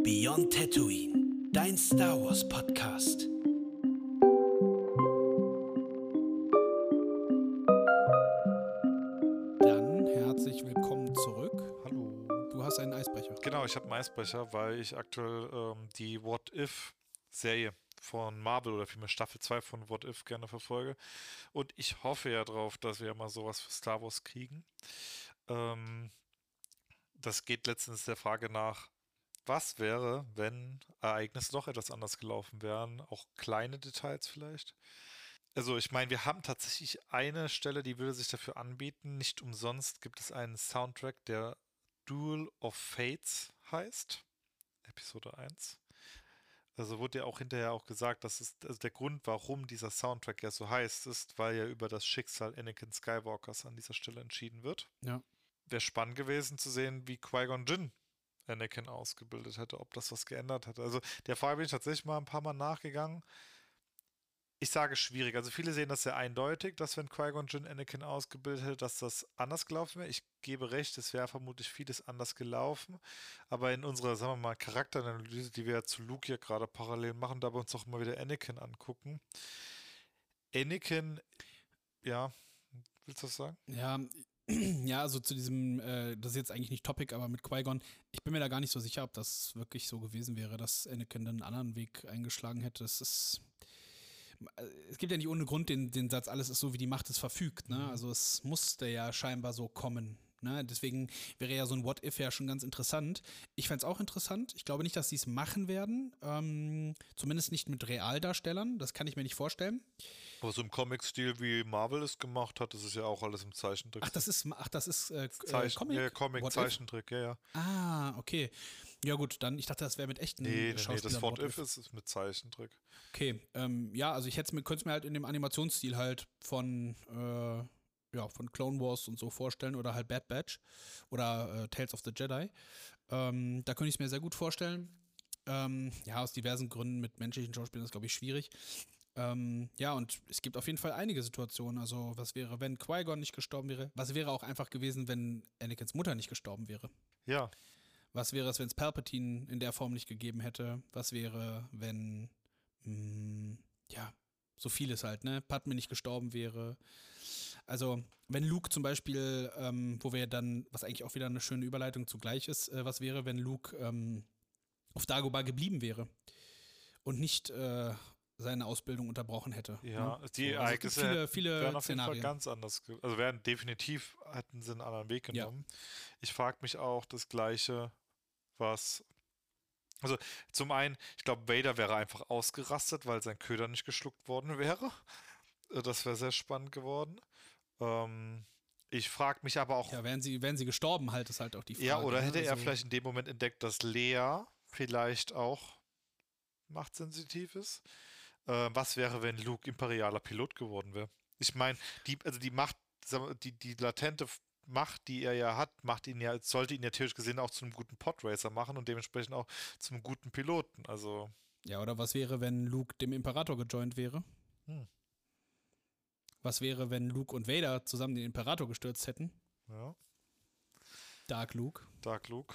Beyond Tatooine, dein Star Wars Podcast. Dann herzlich willkommen zurück. Hallo. Du hast einen Eisbrecher. Genau, ich habe einen Eisbrecher, weil ich aktuell die What If-Serie von Marvel oder vielmehr Staffel 2 von What If gerne verfolge. Und ich hoffe ja drauf, dass wir mal sowas für Star Wars kriegen. Das geht letztens der Frage nach, was wäre, wenn Ereignisse doch etwas anders gelaufen wären? Auch kleine Details vielleicht. Also ich meine, wir haben tatsächlich eine Stelle, die würde sich dafür anbieten. Nicht umsonst gibt es einen Soundtrack, der Duel of Fates heißt. Episode 1. Also wurde ja auch hinterher auch gesagt, dass es, also der Grund, warum dieser Soundtrack ja so heißt, ist, weil ja über das Schicksal Anakin Skywalkers an dieser Stelle entschieden wird. Ja. Wäre spannend gewesen zu sehen, wie Qui-Gon Jinn Anakin ausgebildet hätte, ob das was geändert hätte. Also der Frage bin ich tatsächlich mal ein paar Mal nachgegangen. Ich sage schwierig. Also viele sehen das sehr eindeutig, dass wenn Qui-Gon Jinn Anakin ausgebildet hätte, dass das anders gelaufen wäre. Ich gebe recht, es wäre vermutlich vieles anders gelaufen. Aber in unserer, sagen wir mal, Charakteranalyse, die wir ja zu Luke hier gerade parallel machen, da wir uns auch immer wieder Anakin angucken. Anakin, ja, willst du was sagen? Ja, ja, also zu diesem, das ist jetzt eigentlich nicht Topic, aber mit Qui-Gon, ich bin mir da gar nicht so sicher, ob das wirklich so gewesen wäre, dass Anakin dann einen anderen Weg eingeschlagen hätte. Es gibt ja nicht ohne Grund den Satz, alles ist so, wie die Macht es verfügt, ne? Also es musste ja scheinbar so kommen. Ne? Deswegen wäre ja so ein What-If ja schon ganz interessant. Ich fände es auch interessant. Ich glaube nicht, dass sie es machen werden. Zumindest nicht mit Realdarstellern. Das kann ich mir nicht vorstellen. Aber so im Comic-Stil, wie Marvel es gemacht hat, das ist ja auch alles im Zeichentrick. Ach, das ist Comic? Ja, Comic, What Zeichentrick, ja. Ah, okay. Ja gut, dann, ich dachte, das wäre mit echten Nee, das Schauspielern. What If ist mit Zeichentrick. Okay, ja, also ich könnte es mir halt in dem Animationsstil halt von Clone Wars und so vorstellen oder halt Bad Batch oder Tales of the Jedi. Da könnte ich es mir sehr gut vorstellen. Ja, aus diversen Gründen mit menschlichen Schauspielern ist, glaube ich, schwierig. Ja, und es gibt auf jeden Fall einige Situationen. Also, was wäre, wenn Qui-Gon nicht gestorben wäre? Was wäre auch einfach gewesen, wenn Anakins Mutter nicht gestorben wäre? Ja. Was wäre es, wenn es Palpatine in der Form nicht gegeben hätte? Was wäre, wenn, so vieles halt, ne? Padme nicht gestorben wäre. Also, wenn Luke zum Beispiel, wo wir dann, was eigentlich auch wieder eine schöne Überleitung zugleich ist, was wäre, wenn Luke auf Dagobah geblieben wäre und nicht seine Ausbildung unterbrochen hätte. Ja, ne? die So, Ereignisse viele wären auf jeden Fall Szenarien. ganz anders. Also wären definitiv, hätten sie einen anderen Weg genommen. Ich frage mich auch das Gleiche, was. Also zum einen, ich glaube, Vader wäre einfach ausgerastet, weil sein Köder nicht geschluckt worden wäre. Das wäre sehr spannend geworden. Ich frage mich aber auch. Ja, wären sie gestorben, halt, ist halt auch die Frage. Ja, oder ne? hätte er Also, vielleicht in dem Moment entdeckt, dass Leia vielleicht auch machtsensitiv ist? Was wäre, wenn Luke imperialer Pilot geworden wäre? Ich meine, die Macht, die latente Macht, die er ja hat, sollte ihn ja theoretisch gesehen auch zu einem guten Podracer machen und dementsprechend auch zum guten Piloten. Also. ja, oder was wäre, wenn Luke dem Imperator gejoint wäre? Was wäre, wenn Luke und Vader zusammen den Imperator gestürzt hätten? Ja. Dark Luke. Dark Luke.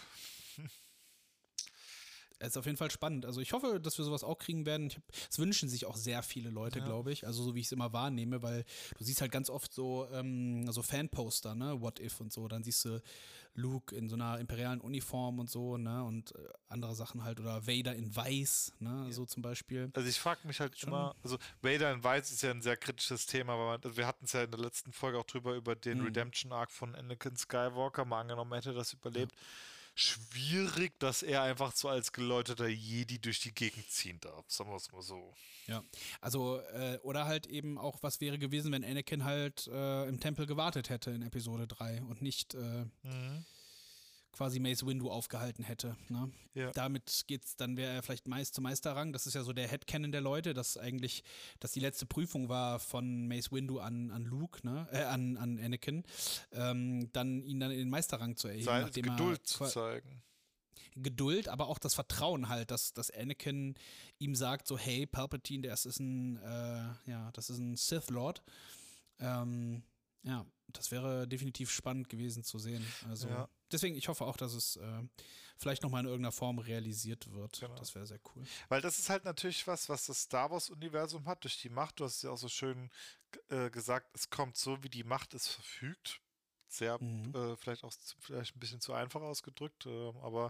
Es ist auf jeden Fall spannend. Also ich hoffe, dass wir sowas auch kriegen werden. Es wünschen sich auch sehr viele Leute, glaube ich. Also so wie ich es immer wahrnehme, weil du siehst halt ganz oft so Fanposter, ne, What If und so. Dann siehst du Luke in so einer imperialen Uniform und so, ne, und andere Sachen halt. Oder Vader in Weiß, ne, so zum Beispiel. Also ich frage mich halt immer, also Vader in Weiß ist ja ein sehr kritisches Thema, aber wir hatten es ja in der letzten Folge auch über den Redemption-Arc von Anakin Skywalker, mal angenommen, er hätte das überlebt. Ja. Schwierig, dass er einfach so als geläuterter Jedi durch die Gegend ziehen darf, sagen wir es mal so. Ja, also, oder halt eben auch, was wäre gewesen, wenn Anakin halt im Tempel gewartet hätte in Episode 3 und nicht quasi Mace Windu aufgehalten hätte. Ne? Ja. Damit dann wäre er vielleicht zum Meisterrang. Das ist ja so der Headcanon der Leute, dass die letzte Prüfung war von Mace Windu an Luke, ne? An Anakin, dann ihn dann in den Meisterrang zu erheben. Nachdem Geduld zu zeigen. Geduld, aber auch das Vertrauen halt, dass Anakin ihm sagt, so, hey, Palpatine, das ist ein Sith Lord. Ja, das wäre definitiv spannend gewesen zu sehen. Also deswegen, ich hoffe auch, dass es vielleicht nochmal in irgendeiner Form realisiert wird. Genau. Das wäre sehr cool. Weil das ist halt natürlich was das Star Wars-Universum hat durch die Macht. Du hast es ja auch so schön gesagt, es kommt so, wie die Macht es verfügt. Sehr, vielleicht auch vielleicht ein bisschen zu einfach ausgedrückt, aber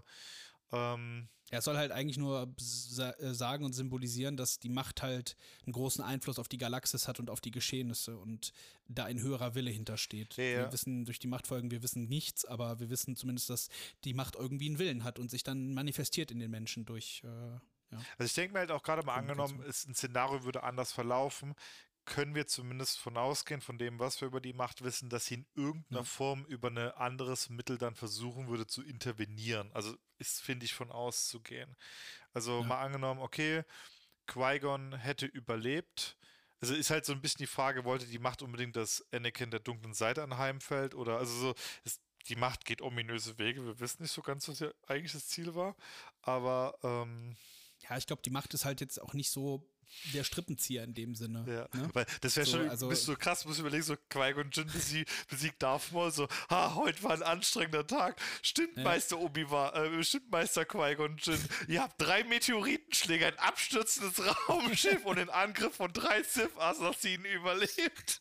Er soll halt eigentlich nur sagen und symbolisieren, dass die Macht halt einen großen Einfluss auf die Galaxis hat und auf die Geschehnisse und da ein höherer Wille hintersteht. Ja. Wir wissen durch die Machtfolgen, wir wissen nichts, aber wir wissen zumindest, dass die Macht irgendwie einen Willen hat und sich dann manifestiert in den Menschen durch. Also ich denke mir halt auch gerade mal angenommen, ein Szenario würde anders verlaufen, können wir zumindest von ausgehen, von dem, was wir über die Macht wissen, dass sie in irgendeiner Form über ein anderes Mittel dann versuchen würde zu intervenieren. Also ist, finde ich, von auszugehen. Also mal angenommen, okay, Qui-Gon hätte überlebt. Also ist halt so ein bisschen die Frage, wollte die Macht unbedingt, dass Anakin der dunklen Seite anheimfällt? Oder also so, die Macht geht ominöse Wege. Wir wissen nicht so ganz, was ja eigentlich das Ziel war. Aber ja, ich glaube, die Macht ist halt jetzt auch nicht so der Strippenzieher in dem Sinne. Ja, ne? weil das wäre schon bist so krass, muss ich überlegen, so Qui-Gon Jinn besiegt Darth Maul, so, heute war ein anstrengender Tag. Stimmt, Meister Obi-Wan, stimmt, Meister Qui-Gon Jinn. Ihr habt 3 Meteoritenschläge, ein abstürzendes Raumschiff und den Angriff von 3 Sith-Assassinen überlebt.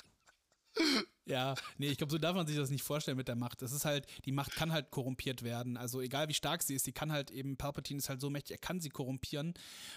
Ja, nee, ich glaube, so darf man sich das nicht vorstellen mit der Macht. Das ist halt, die Macht kann halt korrumpiert werden. Also egal wie stark sie ist, sie kann halt eben, Palpatine ist halt so mächtig, er kann sie korrumpieren.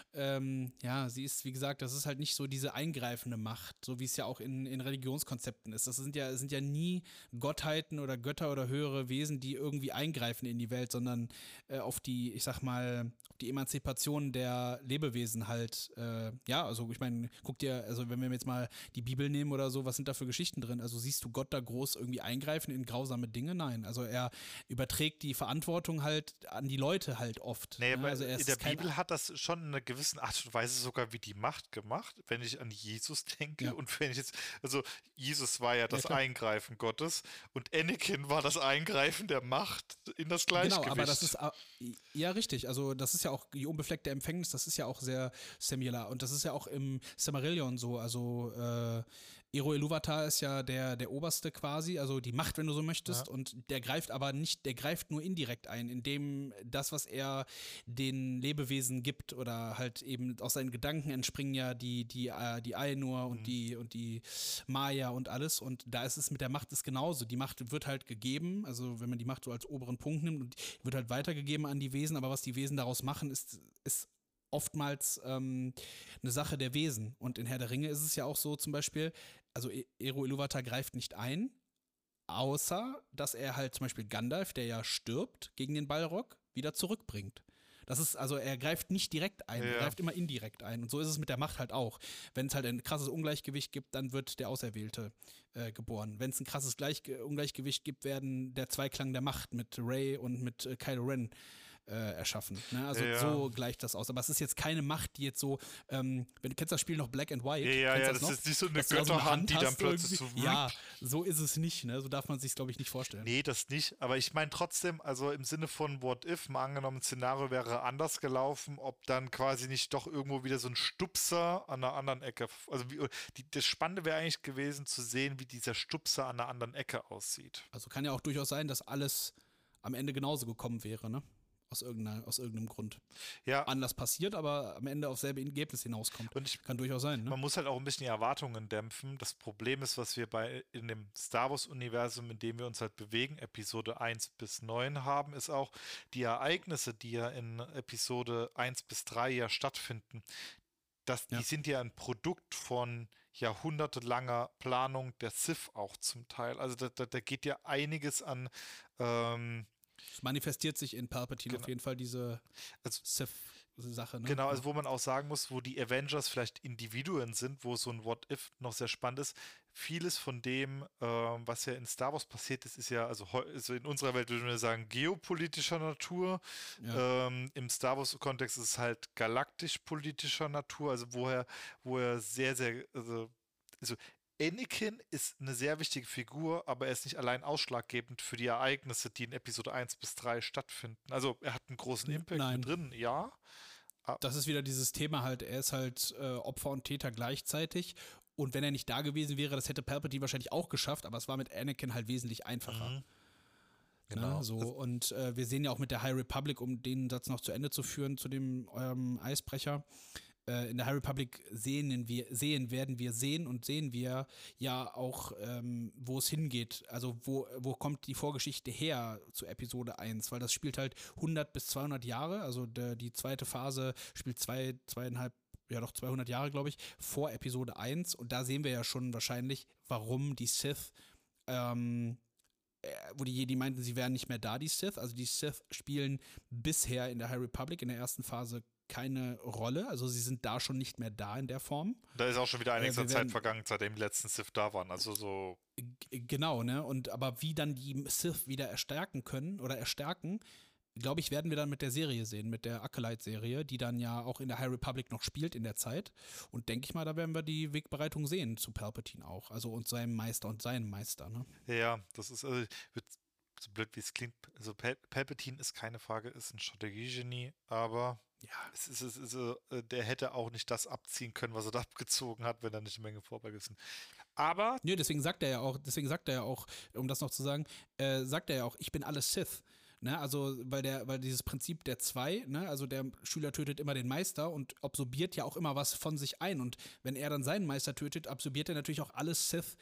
Ja, sie ist, wie gesagt, das ist halt nicht so diese eingreifende Macht, so wie es ja auch in Religionskonzepten ist. Das sind ja nie Gottheiten oder Götter oder höhere Wesen, die irgendwie eingreifen in die Welt, sondern auf die, ich sag mal, die Emanzipation der Lebewesen halt, ja, also ich meine, guck dir, also wenn wir jetzt mal die Bibel nehmen oder so, was sind da für Geschichten drin? Also siehst du Gott da groß irgendwie eingreifen in grausame Dinge? Nein, also er überträgt die Verantwortung halt an die Leute halt oft. Nee, aber also in der Bibel hat das schon in einer gewissen Art und Weise sogar wie die Macht gemacht, wenn ich an Jesus denke und wenn ich jetzt, also Jesus war ja das Eingreifen Gottes und Anakin war das Eingreifen der Macht in das Gleichgewicht. Genau, aber das ist, ja richtig, also das ist ja auch die unbefleckte Empfängnis, das ist ja auch sehr similar und das ist ja auch im Silmarillion so, also Ero Iluvatar ist ja der Oberste quasi, also die Macht, wenn du so möchtest, und der greift aber nicht, der greift nur indirekt ein, indem das, was er den Lebewesen gibt oder halt eben aus seinen Gedanken entspringen ja die Ainur und die Maya und alles und da ist es mit der Macht ist genauso, die Macht wird halt gegeben, also wenn man die Macht so als oberen Punkt nimmt und wird halt weitergegeben an die Wesen, aber was die Wesen daraus machen, ist oftmals eine Sache der Wesen. Und in Herr der Ringe ist es ja auch so zum Beispiel, also Ero Iluvatar greift nicht ein, außer dass er halt zum Beispiel Gandalf, der ja stirbt gegen den Balrog, wieder zurückbringt. Das ist, also er greift nicht direkt ein, er greift immer indirekt ein. Und so ist es mit der Macht halt auch. Wenn es halt ein krasses Ungleichgewicht gibt, dann wird der Auserwählte geboren. Wenn es ein krasses Ungleichgewicht gibt, werden der Zweiklang der Macht mit Rey und mit Kylo Ren erschaffen. Ne? Also so gleicht das aus. Aber es ist jetzt keine Macht, die jetzt so, wenn du kennst das Spiel noch Black and White. Das ist nicht so eine Götterhand, die dann plötzlich so ja, so ist es nicht. Ne? So darf man sich, glaube ich, nicht vorstellen. Nee, das nicht. Aber ich meine trotzdem, also im Sinne von What If, mal angenommen, ein Szenario wäre anders gelaufen, ob dann quasi nicht doch irgendwo wieder so ein Stupser an einer anderen Ecke, also das Spannende wäre eigentlich gewesen zu sehen, wie dieser Stupser an einer anderen Ecke aussieht. Also kann ja auch durchaus sein, dass alles am Ende genauso gekommen wäre, ne? Aus irgendeinem Grund. Ja. Anders passiert, aber am Ende auf selbe Ergebnis hinauskommt. Und kann durchaus sein, ne? Man muss halt auch ein bisschen die Erwartungen dämpfen. Das Problem ist, was wir in dem Star Wars-Universum, in dem wir uns halt bewegen, Episode 1 bis 9 haben, ist auch die Ereignisse, die ja in Episode 1 bis 3 ja stattfinden. Die sind ja ein Produkt von jahrhundertelanger Planung der Sith auch zum Teil. Also da geht ja einiges an es manifestiert sich in Palpatine auf jeden Fall diese Sith-Sache. Ne? Genau, also wo man auch sagen muss, wo die Avengers vielleicht Individuen sind, wo so ein What-If noch sehr spannend ist. Vieles von dem, was ja in Star Wars passiert ist, ist ja, also in unserer Welt würde man sagen, geopolitischer Natur. Ja. Im Star Wars-Kontext ist es halt galaktisch-politischer Natur, also wo er sehr, sehr, also Anakin ist eine sehr wichtige Figur, aber er ist nicht allein ausschlaggebend für die Ereignisse, die in Episode 1 bis 3 stattfinden. Also er hat einen großen Impact mit drin, ja. Das ist wieder dieses Thema halt, er ist halt Opfer und Täter gleichzeitig und wenn er nicht da gewesen wäre, das hätte Palpatine wahrscheinlich auch geschafft, aber es war mit Anakin halt wesentlich einfacher. Genau. Ne, so, und wir sehen ja auch mit der High Republic, um den Satz noch zu Ende zu führen, zu dem Eisbrecher, in der High Republic sehen wir ja auch, wo es hingeht. Also wo kommt die Vorgeschichte her zu Episode 1, weil das spielt halt 100 bis 200 Jahre, also die zweite Phase spielt 200 Jahre, glaube ich, vor Episode 1, und da sehen wir ja schon wahrscheinlich, warum die Sith wo die Jedi meinten, sie wären nicht mehr da, die Sith. Also die Sith spielen bisher in der High Republic in der ersten Phase keine Rolle. Also sie sind da schon nicht mehr da in der Form. Da ist auch schon wieder einiges wir an Zeit werden- vergangen, seitdem die letzten Sith da waren. Also so, Genau, ne? Aber wie dann die Sith wieder erstärken, glaube ich, werden wir dann mit der Serie sehen, mit der Acolyte-Serie, die dann ja auch in der High Republic noch spielt in der Zeit. Und denke ich mal, da werden wir die Wegbereitung sehen zu Palpatine auch. Also und seinem Meister, ne? ja, das ist, so blöd wie es klingt, also Palpatine ist keine Frage, ist ein Strategiegenie, aber Ja. der hätte auch nicht das abziehen können, was er da abgezogen hat, wenn er nicht eine Menge vorbeigerissen. Aber Nö, deswegen sagt er ja auch, um das noch zu sagen, sagt er ja auch, ich bin alles Sith. Ne, also, weil dieses Prinzip der zwei, ne, also der Schüler tötet immer den Meister und absorbiert ja auch immer was von sich ein. Und wenn er dann seinen Meister tötet, absorbiert er natürlich auch alles Sith,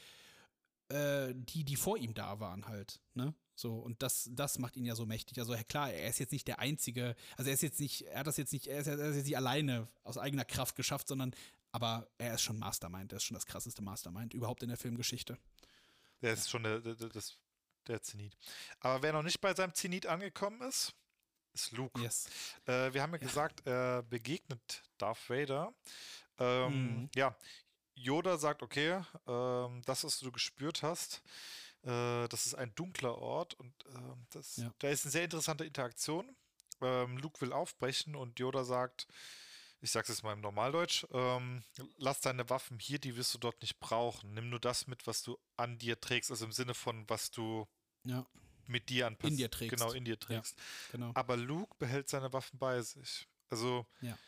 die vor ihm da waren halt, ne? So, und das macht ihn ja so mächtig. Also klar, er ist jetzt nicht der Einzige, also er ist jetzt nicht alleine aus eigener Kraft geschafft, aber er ist schon Mastermind, er ist schon das krasseste Mastermind überhaupt in der Filmgeschichte. der ist schon der Zenit. Aber wer noch nicht bei seinem Zenit angekommen ist Luke. Yes. Wir haben ja gesagt, er begegnet Darth Vader. Ja, Yoda sagt, okay, das, was du gespürt hast, das ist ein dunkler Ort und da ist eine sehr interessante Interaktion. Luke will aufbrechen und Yoda sagt, ich sag's jetzt mal im Normaldeutsch, lass deine Waffen hier, die wirst du dort nicht brauchen. Nimm nur das mit, was du an dir trägst, also im Sinne von, was du mit dir in dir trägst. Genau, in dir trägst. Ja, genau. Aber Luke behält seine Waffen bei sich. Also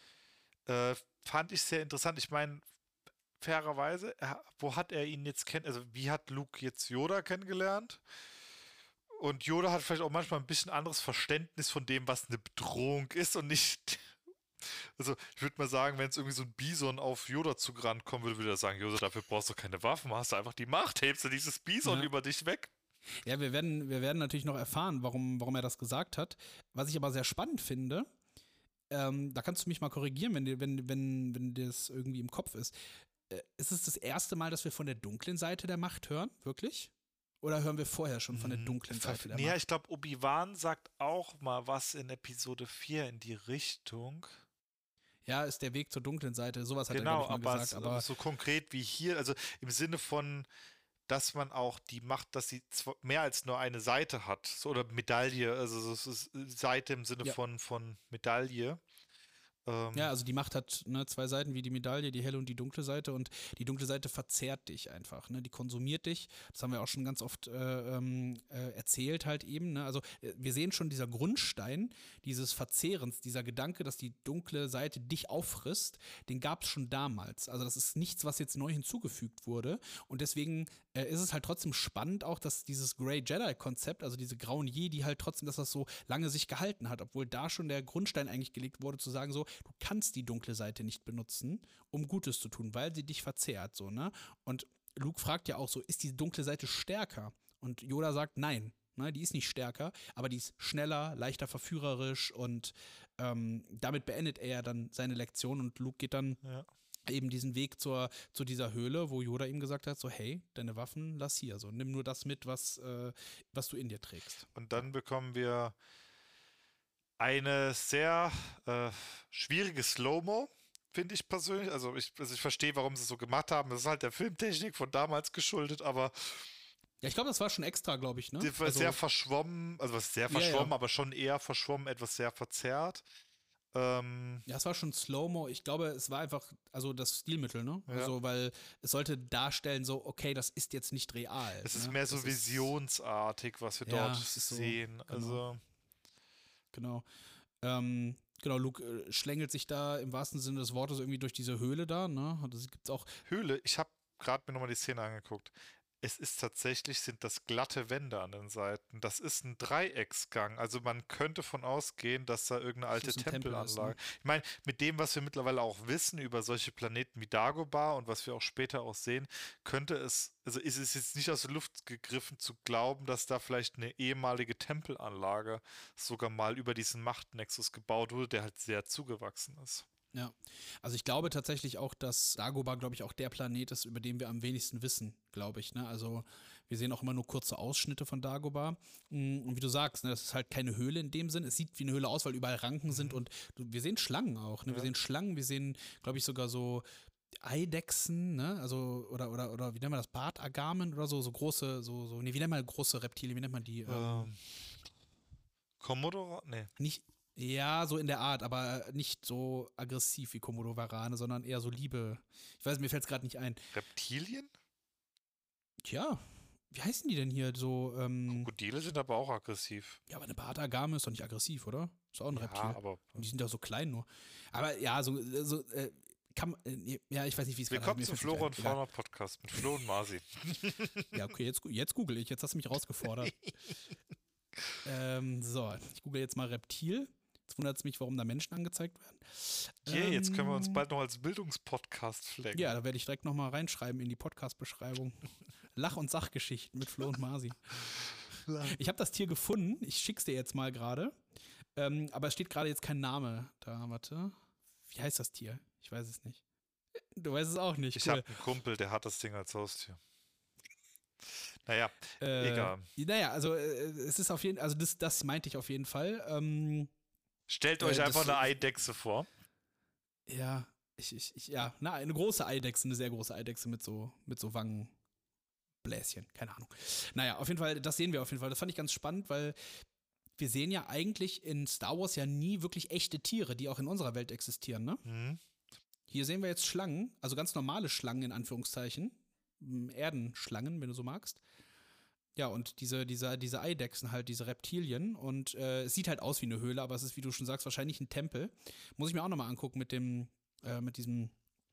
fand ich sehr interessant. Ich meine, fairerweise, wo hat er ihn jetzt also wie hat Luke jetzt Yoda kennengelernt? Und Yoda hat vielleicht auch manchmal ein bisschen anderes Verständnis von dem, was eine Bedrohung ist und nicht. Also, ich würde mal sagen, wenn es irgendwie so ein Bison auf Yoda zugerannt kommen würde, würde er sagen, Yoda, dafür brauchst du keine Waffen, hast du einfach die Macht, hebst du dieses Bison über dich weg. Ja, wir werden natürlich noch erfahren, warum er das gesagt hat. Was ich aber sehr spannend finde, da kannst du mich mal korrigieren, wenn dir das irgendwie im Kopf ist. Ist es das erste Mal, dass wir von der dunklen Seite der Macht hören? Wirklich? Oder hören wir vorher schon von der dunklen Seite der Macht? Ja, ich glaube, Obi-Wan sagt auch mal was in Episode 4 in die Richtung. Ja, ist der Weg zur dunklen Seite. Sowas hat er, Genau, glaube ich, mal gesagt. Aber so konkret wie hier, also im Sinne von, dass man auch die Macht, dass sie mehr als nur eine Seite hat. So, oder Medaille, also es ist Seite im Sinne von Medaille. Ja, also die Macht hat zwei Seiten wie die Medaille, die helle und die dunkle Seite, und die dunkle Seite verzehrt dich einfach, ne? Die konsumiert dich. Das haben wir auch schon ganz oft erzählt halt eben, ne? Also wir sehen schon, dieser Grundstein dieses Verzehrens, dieser Gedanke, dass die dunkle Seite dich auffrisst, den gab es schon damals. Also das ist nichts, was jetzt neu hinzugefügt wurde, und deswegen ist es halt trotzdem spannend auch, dass dieses Grey Jedi-Konzept, also diese grauen Jedi halt trotzdem, dass das so lange sich gehalten hat, obwohl da schon der Grundstein eigentlich gelegt wurde, zu sagen so, du kannst die dunkle Seite nicht benutzen, um Gutes zu tun, weil sie dich verzehrt, so, ne? Und Luke fragt ja auch so, ist die dunkle Seite stärker? Und Yoda sagt, nein, ne, die ist nicht stärker, aber die ist schneller, leichter verführerisch, und damit beendet er ja dann seine Lektion, und Luke geht dann eben diesen Weg zu dieser Höhle, wo Yoda ihm gesagt hat, so, hey, deine Waffen lass hier, so, nimm nur das mit, was du in dir trägst. Und dann bekommen wir eine sehr schwierige Slow-Mo, finde ich persönlich. Also ich verstehe, warum sie es so gemacht haben. Das ist halt der Filmtechnik von damals geschuldet, aber ja, ich glaube, das war schon extra, glaube ich, ne? Die war sehr verschwommen, also was sehr verschwommen, aber schon eher verschwommen, etwas sehr verzerrt. Ja, es war schon Slow-Mo. Ich glaube, es war einfach, also das Stilmittel, ne? Ja. Also, weil es sollte darstellen, so, okay, das ist jetzt nicht real. Es ist mehr so visionsartig, was wir dort sehen. So, also. Genau. Genau, Luke schlängelt sich da im wahrsten Sinne des Wortes irgendwie durch diese Höhle da, ne? Und das gibt's auch. Höhle, ich habe gerade mir nochmal die Szene angeguckt. es ist tatsächlich, sind das glatte Wände an den Seiten. Das ist ein Dreiecksgang. Also man könnte von ausgehen, dass da irgendeine Dass alte es ein Tempel ist, ne? Tempelanlage. Ich meine, mit dem, was wir mittlerweile auch wissen über solche Planeten wie Dagobah und was wir auch später auch sehen, könnte es, also ist es jetzt nicht aus der Luft gegriffen zu glauben, dass da vielleicht eine ehemalige Tempelanlage sogar mal über diesen Machtnexus gebaut wurde, der halt sehr zugewachsen ist. Ja, also ich glaube tatsächlich auch, dass Dagobah, glaube ich, auch der Planet ist, über den wir am wenigsten wissen, glaube ich. Ne? Also wir sehen auch immer nur kurze Ausschnitte von Dagobah. Und wie du sagst, ne, das ist halt keine Höhle in dem Sinn. Es sieht wie eine Höhle aus, weil überall Ranken sind und wir sehen Schlangen auch. Ne? Wir Ja. sehen Schlangen, wir sehen, glaube ich, sogar so Eidechsen, ne? Also, oder wie nennt man das? Bartagamen oder so, so große, nee, wie nennt man große Reptilien, wie nennt man die? Komodo? Nee. Nicht, ja, so in der Art, aber nicht so aggressiv wie Komodo-Varane, sondern eher so Liebe. Ich weiß, mir fällt es gerade nicht ein. Reptilien? Tja, wie heißen die denn hier so? Krokodile sind aber auch aggressiv. Ja, aber eine Bartagame ist doch nicht aggressiv, oder? Ist auch ein Ja, Reptil. aber Und die sind doch so klein nur. Aber ja, ja, ich weiß nicht, wie es willkommen mir zum fällt's nicht Flora ein. und Fauna Podcast mit Flo und Masi. Ja, okay, jetzt google ich. Jetzt hast du mich rausgefordert. So, ich google jetzt mal Reptil. Jetzt wundert es mich, warum da Menschen angezeigt werden. Jetzt können wir uns bald noch als Bildungspodcast flaggen. Ja, da werde ich direkt nochmal reinschreiben in die Podcast-Beschreibung. Lach- und Sachgeschichten mit Flo und Masi. Ich habe das Tier gefunden. Ich schick's dir jetzt mal gerade. Aber es steht gerade jetzt kein Name da. Warte. Wie heißt das Tier? Ich weiß es nicht. Du weißt es auch nicht. Ich Cool. habe einen Kumpel, der hat das Ding als Haustier. Naja, egal. Naja, also es ist auf jeden Fall, also das meinte ich auf jeden Fall. Stellt euch einfach eine Eidechse vor. Ja, ja, eine große Eidechse, eine sehr große Eidechse mit so Wangenbläschen, keine Ahnung. Naja, auf jeden Fall, das sehen wir auf jeden Fall. Das fand ich ganz spannend, weil wir sehen ja eigentlich in Star Wars ja nie wirklich echte Tiere, die auch in unserer Welt existieren, ne? Mhm. Hier sehen wir jetzt Schlangen, also ganz normale Schlangen in Anführungszeichen. Erdenschlangen, wenn du so magst. Ja, und diese Eidechsen halt, diese Reptilien. Und es sieht halt aus wie eine Höhle, aber es ist, wie du schon sagst, wahrscheinlich ein Tempel. Muss ich mir auch nochmal angucken mit diesen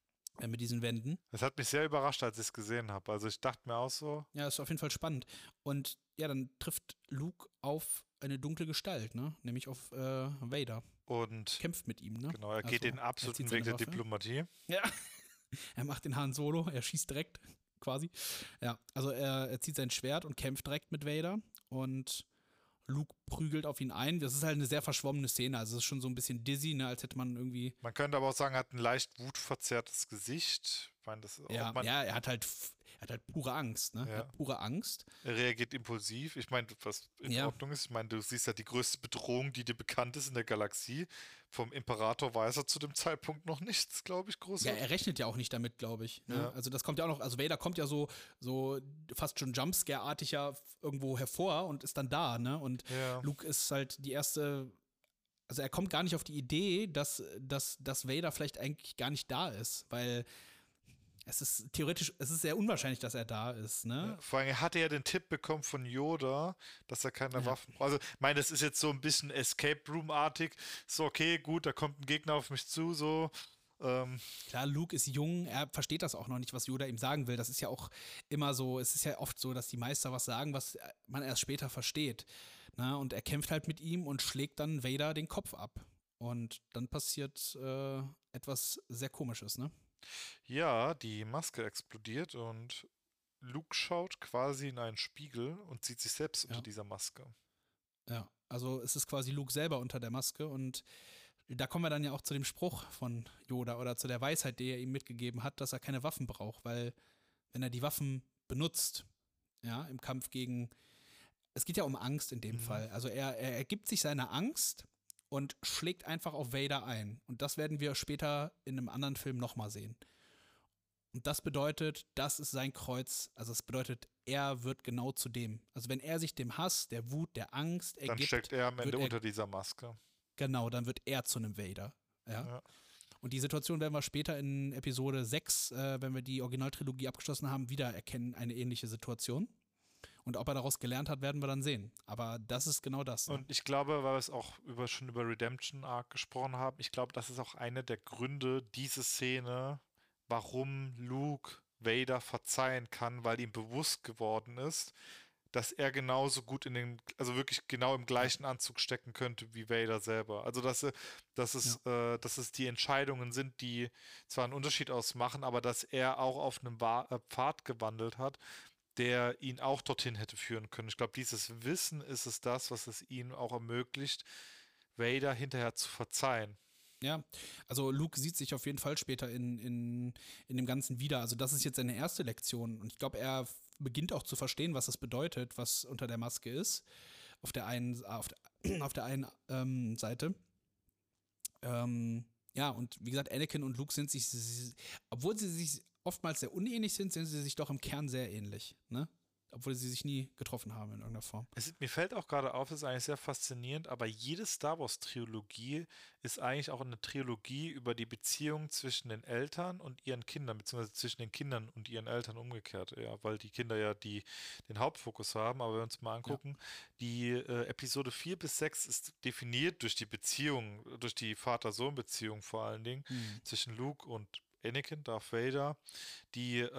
Wänden. Das hat mich sehr überrascht, als ich es gesehen habe. Also ich dachte mir auch so. Ja, ist auf jeden Fall spannend. Und ja, dann trifft Luke auf eine dunkle Gestalt, ne? Nämlich auf Vader. Und Kämpft mit ihm, ne? genau, er geht den absoluten zieht Weg der seine Waffe. Diplomatie. Ja. Er macht den Han Solo, er schießt direkt, quasi. Ja, also er zieht sein Schwert und kämpft direkt mit Vader und Luke prügelt auf ihn ein. Das ist halt eine sehr verschwommene Szene, also es ist schon so ein bisschen dizzy, ne, als hätte man irgendwie. Man könnte aber auch sagen, er hat ein leicht wutverzerrtes Gesicht. Ich meine, das ist Ja, auch er hat halt pure Angst, ne? Ja. Er hat pure Angst. Er reagiert impulsiv. Ich meine, was in Ordnung ist. Ich meine, du siehst ja die größte Bedrohung, die dir bekannt ist in der Galaxie. Vom Imperator weiß er zu dem Zeitpunkt noch nichts, glaube ich, groß. Ja, er rechnet ja auch nicht damit, glaube ich. Ne? Ja. Also das kommt ja auch noch, also Vader kommt ja so fast schon Jumpscare-artig ja irgendwo hervor und ist dann da, ne? Und Ja. Luke ist halt die erste, also er kommt gar nicht auf die Idee, dass Vader vielleicht eigentlich gar nicht da ist, weil es ist sehr unwahrscheinlich, dass er da ist, ne? Ja, vor allem, er hatte ja den Tipp bekommen von Yoda, dass er keine Waffen braucht. Also, ich meine, das ist jetzt so ein bisschen Escape Room-artig. So, okay, gut, da kommt ein Gegner auf mich zu, so. Klar, Luke ist jung, er versteht das auch noch nicht, was Yoda ihm sagen will. Das ist ja auch immer so, es ist ja oft so, dass die Meister was sagen, was man erst später versteht. Na, und er kämpft halt mit ihm und schlägt dann Vader den Kopf ab. Und dann passiert etwas sehr Komisches, ne? Ja, die Maske explodiert und Luke schaut quasi in einen Spiegel und sieht sich selbst unter dieser Maske. Ja, also es ist quasi Luke selber unter der Maske und da kommen wir dann ja auch zu dem Spruch von Yoda oder zu der Weisheit, die er ihm mitgegeben hat, dass er keine Waffen braucht, weil wenn er die Waffen benutzt, ja, im Kampf gegen, es geht ja um Angst in dem Fall, also er ergibt sich seiner Angst und schlägt einfach auf Vader ein und das werden wir später in einem anderen Film nochmal sehen. Und das bedeutet, das ist sein Kreuz, also es bedeutet, er wird genau zu dem. Also wenn er sich dem Hass, der Wut, der Angst ergibt, dann steckt er am Ende unter dieser Maske. Genau, dann wird er zu einem Vader. Ja. Und die Situation werden wir später in Episode 6, wenn wir die Originaltrilogie abgeschlossen haben, wieder erkennen, eine ähnliche Situation. Und ob er daraus gelernt hat, werden wir dann sehen. Aber das ist genau das. Ne? Und ich glaube, weil wir es auch schon über Redemption Arc gesprochen haben, ich glaube, das ist auch einer der Gründe, diese Szene, warum Luke Vader verzeihen kann, weil ihm bewusst geworden ist, dass er genauso gut also wirklich genau im gleichen Anzug stecken könnte wie Vader selber. Also dass es die Entscheidungen sind, die zwar einen Unterschied ausmachen, aber dass er auch auf einem Pfad gewandelt hat, der ihn auch dorthin hätte führen können. Ich glaube, dieses Wissen ist es das, was es ihm auch ermöglicht, Vader hinterher zu verzeihen. Ja, also Luke sieht sich auf jeden Fall später in dem Ganzen wieder. Also das ist jetzt seine erste Lektion. Und ich glaube, er beginnt auch zu verstehen, was es bedeutet, was unter der Maske ist. Auf der einen, auf der einen Seite. Ja, und wie gesagt, Anakin und Luke sind sich, obwohl sie sich oftmals sehr unähnlich sind sie sich doch im Kern sehr ähnlich, ne? Obwohl sie sich nie getroffen haben in irgendeiner Form. Mir fällt auch gerade auf, es ist eigentlich sehr faszinierend, aber jede Star Wars-Trilogie ist eigentlich auch eine Trilogie über die Beziehung zwischen den Eltern und ihren Kindern, beziehungsweise zwischen den Kindern und ihren Eltern umgekehrt, ja, weil die Kinder ja den Hauptfokus haben, aber wenn wir uns mal angucken, die Episode 4 bis 6 ist definiert durch die Beziehung, durch die Vater-Sohn-Beziehung vor allen Dingen, zwischen Luke und Anakin, Darth Vader, die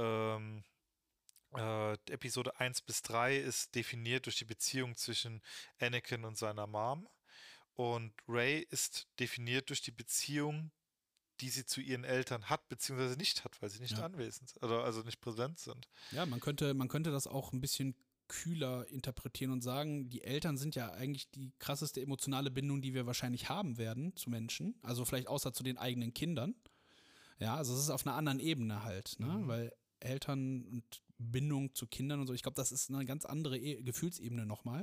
Episode 1 bis 3 ist definiert durch die Beziehung zwischen Anakin und seiner Mom. Und Rey ist definiert durch die Beziehung, die sie zu ihren Eltern hat, beziehungsweise nicht hat, weil sie nicht anwesend sind, oder also nicht präsent sind. Ja, man könnte das auch ein bisschen kühler interpretieren und sagen, die Eltern sind ja eigentlich die krasseste emotionale Bindung, die wir wahrscheinlich haben werden zu Menschen. Also vielleicht außer zu den eigenen Kindern. Ja, also es ist auf einer anderen Ebene halt, ne? Weil Eltern und Bindung zu Kindern und so, ich glaube, das ist eine ganz andere Gefühlsebene nochmal.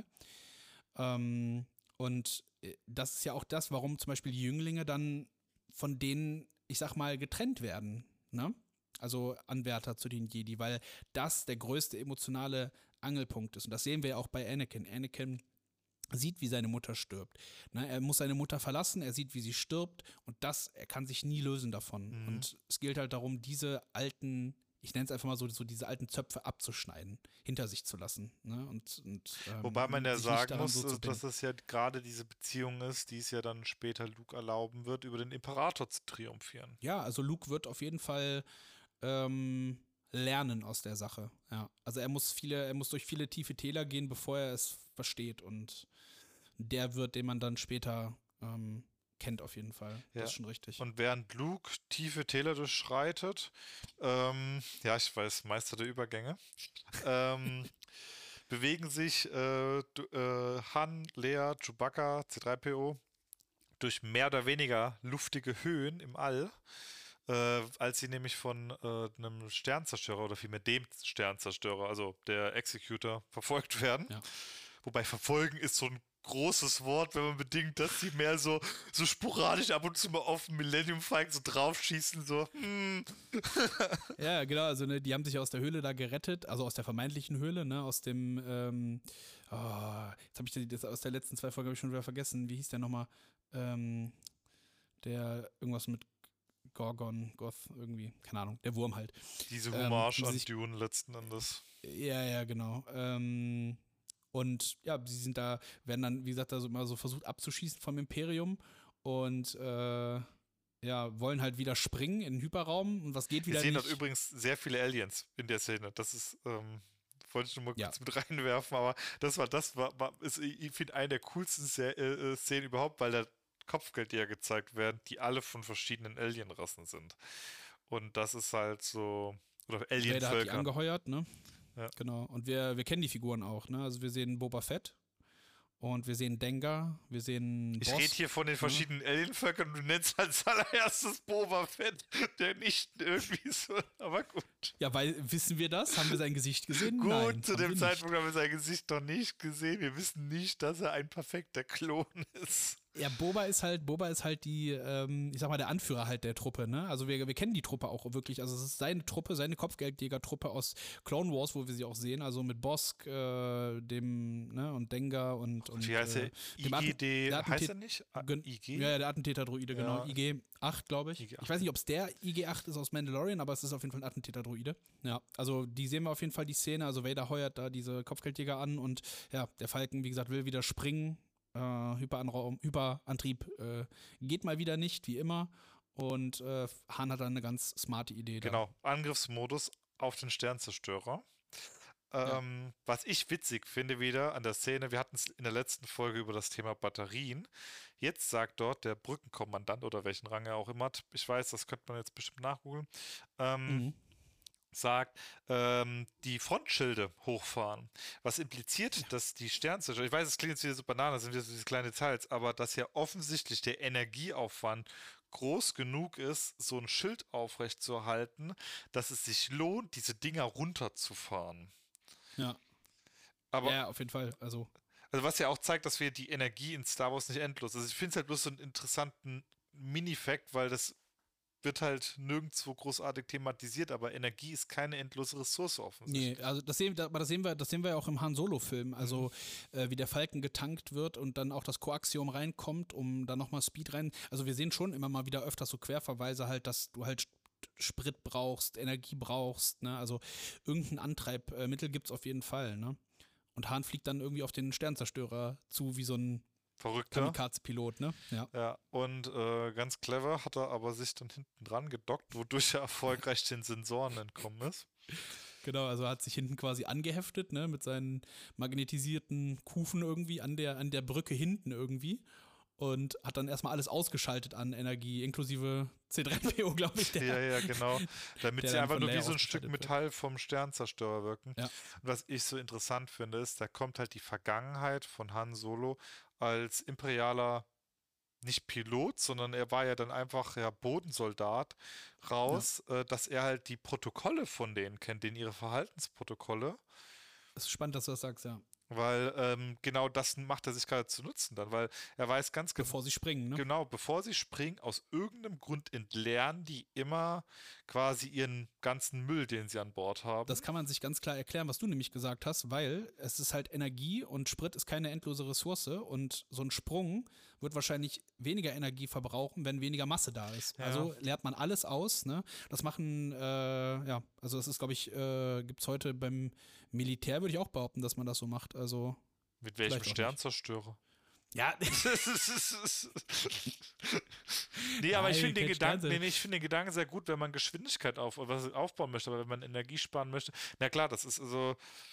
Und das ist ja auch das, warum zum Beispiel die Jünglinge dann von denen, ich sag mal, getrennt werden, ne? Also Anwärter zu den Jedi, weil das der größte emotionale Angelpunkt ist. Und das sehen wir ja auch bei Anakin. Anakin sieht, wie seine Mutter stirbt. Ne, er muss seine Mutter verlassen, er sieht, wie sie stirbt und er kann sich nie lösen davon. Und es gilt halt darum, diese alten, ich nenne es einfach mal so diese alten Zöpfe abzuschneiden, hinter sich zu lassen. Ne? Wobei man ja sich sagen muss, so dass das ja gerade diese Beziehung ist, die es ja dann später Luke erlauben wird, über den Imperator zu triumphieren. Ja, also Luke wird auf jeden Fall lernen aus der Sache. Ja. Also er muss durch viele tiefe Täler gehen, bevor er es versteht. Und der wird, den man dann später kennt auf jeden Fall. Ja. Das ist schon richtig. Und während Luke tiefe Täler durchschreitet, ja, ich weiß, Meister der Übergänge, bewegen sich Han, Leia, Chewbacca, C-3PO durch mehr oder weniger luftige Höhen im All, als sie nämlich von einem Sternzerstörer oder vielmehr dem Sternzerstörer, also der Executor, verfolgt werden. Ja. Wobei verfolgen ist so ein großes Wort, wenn man bedenkt, dass sie mehr so sporadisch ab und zu mal auf den Millennium Falcon so draufschießen, so. Ja, genau, also ne, die haben sich aus der Höhle da gerettet, also aus der vermeintlichen Höhle, ne, aus dem, jetzt habe ich das aus der letzten 2 Folgen schon wieder vergessen, wie hieß der nochmal, der irgendwas mit Goth irgendwie, keine Ahnung, der Wurm halt. Diese Hommage an Dune letzten Endes. Ja, genau. Und ja, sie werden dann, wie gesagt, da so immer so versucht abzuschießen vom Imperium und wollen halt wieder springen in den Hyperraum und was geht wieder nicht. Wir sehen dort übrigens sehr viele Aliens in der Szene. Das ist, wollte ich nur mal kurz mit reinwerfen, aber ich finde, eine der coolsten Szenen überhaupt, weil da Kopfgeldjäger gezeigt werden, die alle von verschiedenen Alienrassen sind. Und das ist halt so, oder Alienvölker. Vader hat die angeheuert, ne? Ja. Genau. Und wir kennen die Figuren auch, ne? Also wir sehen Boba Fett und wir sehen Dengar, wir sehen Ich rede hier von den verschiedenen Alienvölkern und du nennst als allererstes Boba Fett, der nicht irgendwie so, aber gut. Ja, weil, wissen wir das? Haben wir sein Gesicht gesehen? Gut, Nein, zu dem Zeitpunkt haben wir sein Gesicht noch nicht gesehen. Wir wissen nicht, dass er ein perfekter Klon ist. Ja, Boba ist halt die, ich sag mal, der Anführer halt der Truppe, ne? Also wir kennen die Truppe auch wirklich. Also es ist seine Truppe, seine Kopfgeldjäger-Truppe aus Clone Wars, wo wir sie auch sehen. Also mit Bosk, dem, ne, und Dengar und wie heißt der? IGD, heißt er nicht? IG? Ja, der Attentäter-Droide, genau. Ja. IG-8, glaube ich. IG-8. Ich weiß nicht, ob es der IG-8 ist aus Mandalorian, aber es ist auf jeden Fall ein Attentäter-Droide. Ja, also die sehen wir auf jeden Fall, die Szene. Also Vader heuert da diese Kopfgeldjäger an und ja, der Falken, wie gesagt, will wieder springen. Hyperantrieb geht mal wieder nicht, wie immer. Und Han hat dann eine ganz smarte Idee. Genau, Angriffsmodus auf den Sternzerstörer. Ja. Was ich witzig finde wieder an der Szene, wir hatten es in der letzten Folge über das Thema Batterien. Jetzt sagt dort der Brückenkommandant oder welchen Rang er auch immer hat, ich weiß, das könnte man jetzt bestimmt nachgoogeln, ähm, Mhm. sagt, die Frontschilde hochfahren. Was impliziert, dass die Sternzerstörer, ich weiß, es klingt jetzt wieder so banal, das sind wieder so diese kleinen Details, aber dass ja offensichtlich der Energieaufwand groß genug ist, so ein Schild aufrechtzuerhalten, dass es sich lohnt, diese Dinger runterzufahren. Ja. Aber, Ja, auf jeden Fall. Also, also was ja auch zeigt, dass wir die Energie in Star Wars nicht endlos. Also ich finde es halt bloß so einen interessanten Mini-Fact, weil das wird halt nirgendwo großartig thematisiert, aber Energie ist keine endlose Ressource nee, offensichtlich. also das sehen wir ja auch im Han Solo-Film. Mhm. Also, wie der Falken getankt wird und dann auch das Koaxium reinkommt, um dann nochmal Speed rein. Also wir sehen schon immer mal wieder öfters so Querverweise halt, dass du halt Sprit brauchst, Energie brauchst, ne? Also irgendein Antreibmittel gibt's auf jeden Fall, ne? Und Han fliegt dann irgendwie auf den Sternzerstörer zu, wie so ein Verrückter. Kamikaze-Pilot, ne? Ja. Ja, und ganz clever hat er aber sich dann hinten dran gedockt, wodurch er erfolgreich den Sensoren entkommen ist. Genau, also hat sich hinten quasi angeheftet, ne, mit seinen magnetisierten Kufen irgendwie an der Brücke hinten irgendwie und hat dann erstmal alles ausgeschaltet an Energie, inklusive C3PO, glaube ich, Ja, ja, genau. Damit der sie dann einfach von nur wie Leia so ein Stück ausgeschaltet wird. Metall vom Sternzerstörer wirken. Ja, Und was ich so interessant finde, ist, da kommt halt die Vergangenheit von Han Solo als imperialer, nicht Pilot, sondern er war ja dann einfach ja Bodensoldat ja. raus, dass er halt die Protokolle von denen kennt, ihre Verhaltensprotokolle. Es ist spannend, dass du das sagst, ja. Weil genau das macht er sich gerade zu nutzen dann, weil er weiß ganz Bevor sie springen, ne? genau, bevor sie springen, aus irgendeinem Grund entleeren die immer quasi ihren ganzen Müll, den sie an Bord Das haben. kann man sich ganz klar erklären, was du nämlich gesagt hast, weil es ist halt Energie und Sprit ist keine endlose Ressource und so ein Sprung wird wahrscheinlich weniger Energie verbrauchen, wenn weniger Masse da ist. Ja, Also leert man alles aus, ne? Das machen, ja, also das ist, glaube ich, gibt es heute beim Militär, würde ich auch behaupten, dass man das so macht. Also mit welchem vielleicht auch nicht. Sternzerstörer? Ja, Nee, aber ich nein, finde den kein Gedanken, Sternzeit. nee, ich finde den Gedanken sehr gut, wenn man Geschwindigkeit was aufbauen möchte, aber wenn man Energie sparen möchte, na klar, das ist also,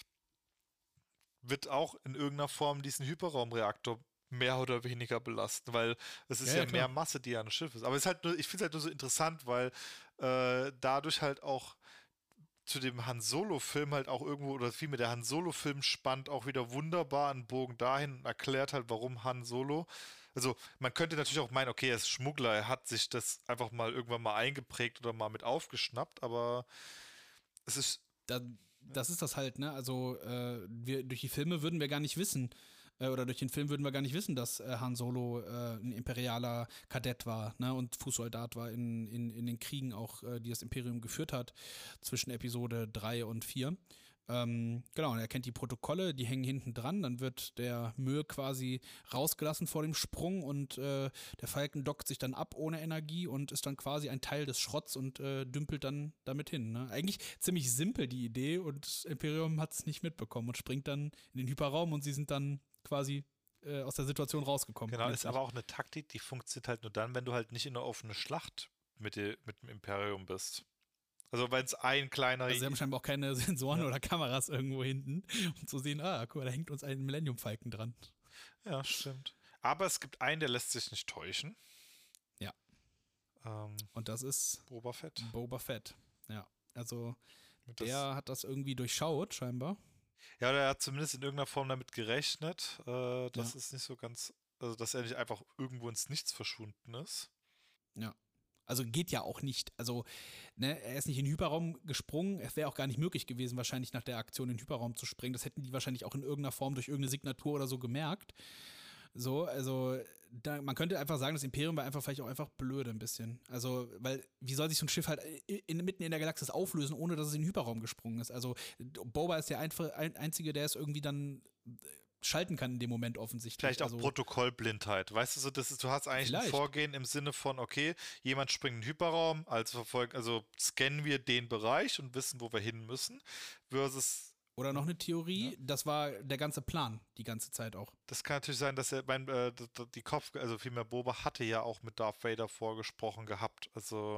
wird auch in irgendeiner Form diesen Hyperraumreaktor mehr oder weniger belasten, weil es ist Ja, ja ja, mehr klar. Masse, die an das Schiff ist. Aber es ist halt nur, ich finde es halt nur so interessant, weil dadurch halt auch zu dem Han Solo-Film halt auch irgendwo, oder vielmehr der Han Solo-Film spannt auch wieder wunderbar einen Bogen dahin und erklärt halt, warum Han Solo. Also, man könnte natürlich auch meinen, okay, er ist Schmuggler, er hat sich das einfach mal irgendwann mal eingeprägt oder mal mit aufgeschnappt, aber es ist. Da, das ist das halt, ne? Also, durch die Filme würden wir gar nicht wissen, oder durch den Film würden wir gar nicht wissen, dass Han Solo ein imperialer Kadett war, ne? Und Fußsoldat war in den Kriegen auch, die das Imperium geführt hat, zwischen Episode 3 und 4. Genau, und er kennt die Protokolle, die hängen hinten dran, dann wird der Müll quasi rausgelassen vor dem Sprung und der Falken dockt sich dann ab ohne Energie und ist dann quasi ein Teil des Schrotts und dümpelt dann damit hin. Ne? Eigentlich ziemlich simpel die Idee und das Imperium hat es nicht mitbekommen und springt dann in den Hyperraum und sie sind dann quasi aus der Situation rausgekommen. Genau, ist aber Glimpflich. auch eine Taktik, die funktioniert halt nur dann, wenn du halt nicht in einer offenen Schlacht mit dem Imperium bist. Also, wenn es ein kleiner. Also sie haben scheinbar auch keine Sensoren oder Kameras irgendwo hinten, um zu sehen, guck mal, da hängt uns ein Millennium Falken dran. Ja, stimmt. Aber es gibt einen, der lässt sich nicht täuschen. Ja, Ähm, und das ist Boba Fett. Boba Fett. Ja, also Das, der hat das irgendwie durchschaut, scheinbar. ja, oder er hat zumindest in irgendeiner Form damit gerechnet, Ja, dass es nicht so ganz, also dass er nicht einfach irgendwo ins Nichts verschwunden ist. ja. Also geht ja auch nicht. Also, ne, er ist nicht in den Hyperraum gesprungen. Es wäre auch gar nicht möglich gewesen, wahrscheinlich nach der Aktion in den Hyperraum zu springen. Das hätten die wahrscheinlich auch in irgendeiner Form durch irgendeine Signatur oder so gemerkt. So, also man könnte einfach sagen, das Imperium war einfach vielleicht auch einfach blöde ein bisschen. Also, weil wie soll sich so ein Schiff halt mitten in der Galaxis auflösen, ohne dass es in den Hyperraum gesprungen ist? Also Boba ist der Einzige, der es irgendwie dann schalten kann in dem Moment offensichtlich. Vielleicht auch Also Protokollblindheit. Weißt du, so, das ist, du hast eigentlich ein vielleicht. Vorgehen im Sinne von, okay, jemand springt in den Hyperraum, also verfolgen, also scannen wir den Bereich und wissen, wo wir hin müssen, versus, Oder noch eine ne? Theorie, das war der ganze Plan, die ganze Zeit auch. Das kann natürlich sein, dass er, die Kopf, also vielmehr Boba hatte ja auch mit Darth Vader vorgesprochen gehabt, also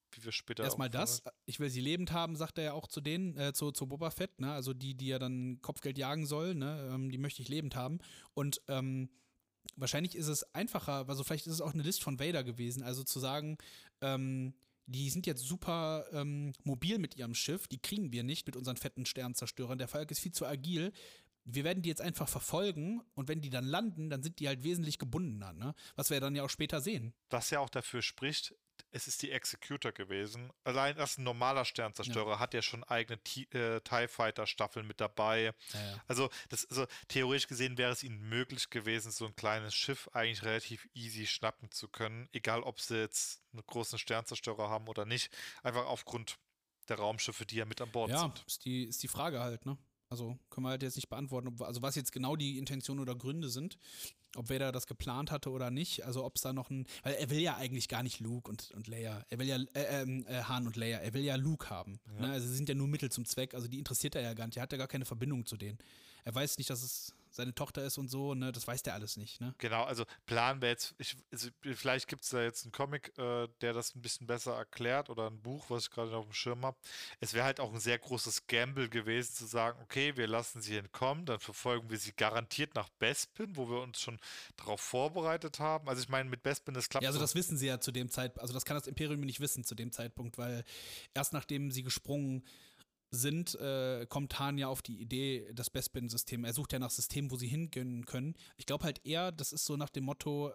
wie wir später Erstmal auch das, ich will sie lebend haben, sagt er ja auch zu denen, zu Boba Fett, ne? Also die er dann Kopfgeld jagen soll, ne? Die möchte ich lebend haben. Und wahrscheinlich ist es einfacher, also vielleicht ist es auch eine List von Vader gewesen, also zu sagen, die sind jetzt super mobil mit ihrem Schiff, die kriegen wir nicht mit unseren fetten Sternzerstörern, der Falke ist viel zu agil. Wir werden die jetzt einfach verfolgen und wenn die dann landen, dann sind die halt wesentlich gebundener, ne? Was wir dann ja auch später sehen. Was ja auch dafür spricht, es ist die Executor gewesen. Allein das ein normaler Sternzerstörer hat ja schon eigene TIE Fighter Staffeln mit dabei. Ja. Also theoretisch gesehen wäre es ihnen möglich gewesen, so ein kleines Schiff eigentlich relativ easy schnappen zu können, egal ob sie jetzt einen großen Sternzerstörer haben oder nicht, einfach aufgrund der Raumschiffe, die ja mit an Bord sind. Ja, ist die Frage halt, ne? Also können wir halt jetzt nicht beantworten, also was jetzt genau die Intentionen oder Gründe sind, ob Vader das geplant hatte oder nicht, also ob es da noch weil er will ja eigentlich gar nicht Luke und Leia, er will ja Han und Leia, er will ja Luke haben, Ja. ne? Also sie sind ja nur Mittel zum Zweck, also die interessiert er ja gar nicht, er hat ja gar keine Verbindung zu denen. Er weiß nicht, dass es seine Tochter ist und so, ne? Das weiß der alles nicht, ne? Genau, also Plan wäre jetzt, vielleicht gibt es da jetzt einen Comic, der das ein bisschen besser erklärt oder ein Buch, was ich gerade auf dem Schirm habe. Es wäre halt auch ein sehr großes Gamble gewesen, zu sagen, okay, wir lassen sie entkommen, dann verfolgen wir sie garantiert nach Bespin, wo wir uns schon darauf vorbereitet haben. Also ich meine, mit Bespin, das klappt. Ja, also das wissen sie ja zu dem Zeitpunkt, also das kann das Imperium nicht wissen zu dem Zeitpunkt, weil erst nachdem sie gesprungen sind, kommt Han ja auf die Idee, das Bespin-System. Er sucht ja nach Systemen, wo sie hingehen können. Ich glaube halt eher, das ist so nach dem Motto,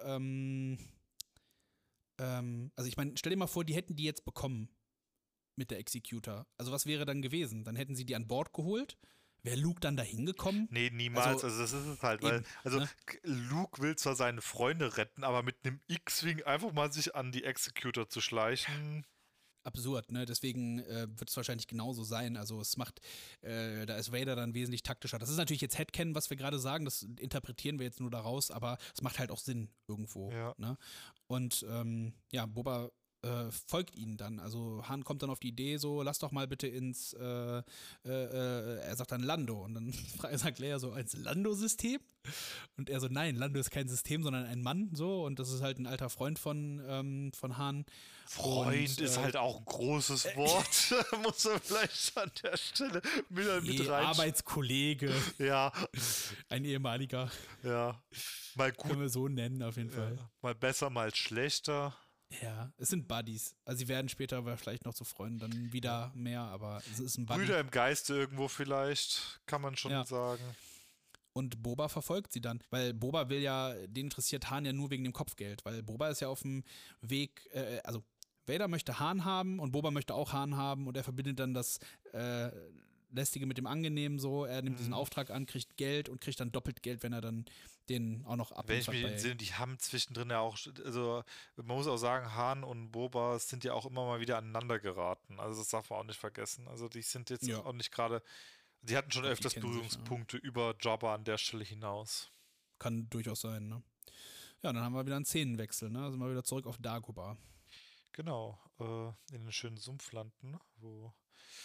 also ich meine, stell dir mal vor, die hätten die jetzt bekommen mit der Executor. Also was wäre dann gewesen? Dann hätten sie die an Bord geholt. Wäre Luke dann da hingekommen? Nee, niemals. Also das ist es halt, weil, eben, ne? Luke will zwar seine Freunde retten, aber mit einem X-Wing einfach mal sich an die Executor zu schleichen. Absurd, ne? Deswegen wird es wahrscheinlich genauso sein. Also es macht, da ist Vader dann wesentlich taktischer. Das ist natürlich jetzt Headcanon, was wir gerade sagen, das interpretieren wir jetzt nur daraus, aber es macht halt auch Sinn irgendwo. Ja. Ne? Und ja, Boba folgt ihnen dann. Also Han kommt dann auf die Idee so, lass doch mal bitte ins, er sagt dann Lando. Und dann sagt Leia so, ins Lando-System? Und er so, nein, Lando ist kein System, sondern ein Mann, so. Und das ist halt ein alter Freund von Han. Freund und, ist halt auch ein großes Wort. Muss man vielleicht an der Stelle mit rein. Arbeitskollege, Ja, ein ehemaliger, ja. Mal können gut, wir so nennen auf jeden Fall. mal besser, mal schlechter. Ja, es sind Buddies. Also sie werden später vielleicht noch zu Freunden dann wieder mehr, aber es ist ein Buddy. Brüder im Geiste irgendwo vielleicht, kann man schon sagen. Und Boba verfolgt sie dann, weil Boba will ja, den interessiert Han ja nur wegen dem Kopfgeld, weil Boba ist ja auf dem Weg, also Vader möchte Han haben und Boba möchte auch Han haben und er verbindet dann das Lästige mit dem Angenehmen so. Er nimmt diesen Auftrag an, kriegt Geld und kriegt dann doppelt Geld, wenn er dann den auch noch abliefert. Wenn ich mich entsinne, die haben zwischendrin ja auch, also man muss auch sagen, Han und Boba sind ja auch immer mal wieder aneinander geraten. Also das darf man auch nicht vergessen. Also die sind jetzt auch nicht gerade, die hatten schon öfters Berührungspunkte über Jabba an der Stelle hinaus. Kann durchaus sein, ne? Ja, dann haben wir wieder einen Szenenwechsel, ne? Sind wir wieder zurück auf Dagobah. Genau, in den schönen Sumpflanden, wo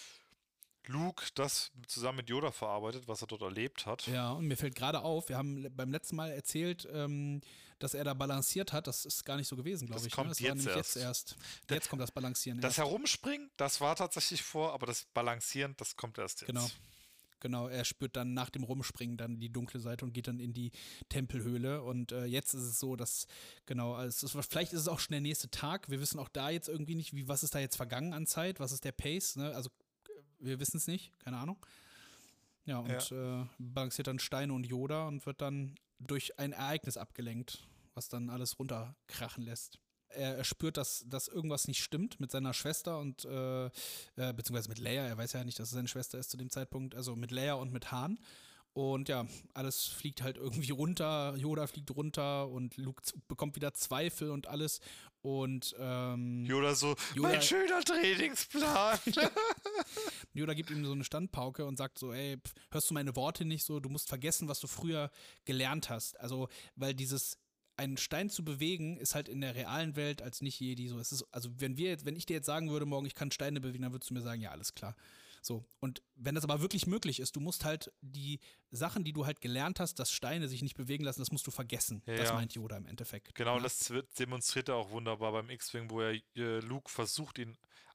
Luke das zusammen mit Yoda verarbeitet, was er dort erlebt hat. Ja, und mir fällt gerade auf, wir haben beim letzten Mal erzählt, dass er da balanciert hat. Das ist gar nicht so gewesen, glaube ich. Kommt Das jetzt war nämlich erst. jetzt erst. Jetzt kommt das Balancieren. Das Herumspringen, das war tatsächlich vor, aber das Balancieren, das kommt erst jetzt. Genau, er spürt dann nach dem Rumspringen dann die dunkle Seite und geht dann in die Tempelhöhle. Und jetzt ist es so, dass, genau, vielleicht ist es auch schon der nächste Tag. Wir wissen auch da jetzt irgendwie nicht, was ist da jetzt vergangen an Zeit, was ist der Pace, ne? Also wir wissen es nicht, keine Ahnung. Ja, und balanciert dann Steine und Yoda und wird dann durch ein Ereignis abgelenkt, was dann alles runterkrachen lässt. Er spürt, dass irgendwas nicht stimmt mit seiner Schwester und beziehungsweise mit Leia. Er weiß ja nicht, dass es seine Schwester ist zu dem Zeitpunkt. Also mit Leia und mit Han. Und ja, alles fliegt halt irgendwie runter. Yoda fliegt runter und Luke bekommt wieder Zweifel und alles. Und Yoda so, mein schöner Trainingsplan. Yoda gibt ihm so eine Standpauke und sagt so, ey, hörst du meine Worte nicht so? Du musst vergessen, was du früher gelernt hast. Also, weil einen Stein zu bewegen, ist halt in der realen Welt als nicht Jedi so. Es ist, also wenn ich dir jetzt sagen würde, morgen, ich kann Steine bewegen, dann würdest du mir sagen, ja, alles klar. So. Und wenn das aber wirklich möglich ist, du musst halt die Sachen, die du halt gelernt hast, dass Steine sich nicht bewegen lassen, das musst du vergessen. Ja. Das meint Yoda im Endeffekt. Genau, und das demonstriert er auch wunderbar beim X-Wing, wo er Luke versucht, ihn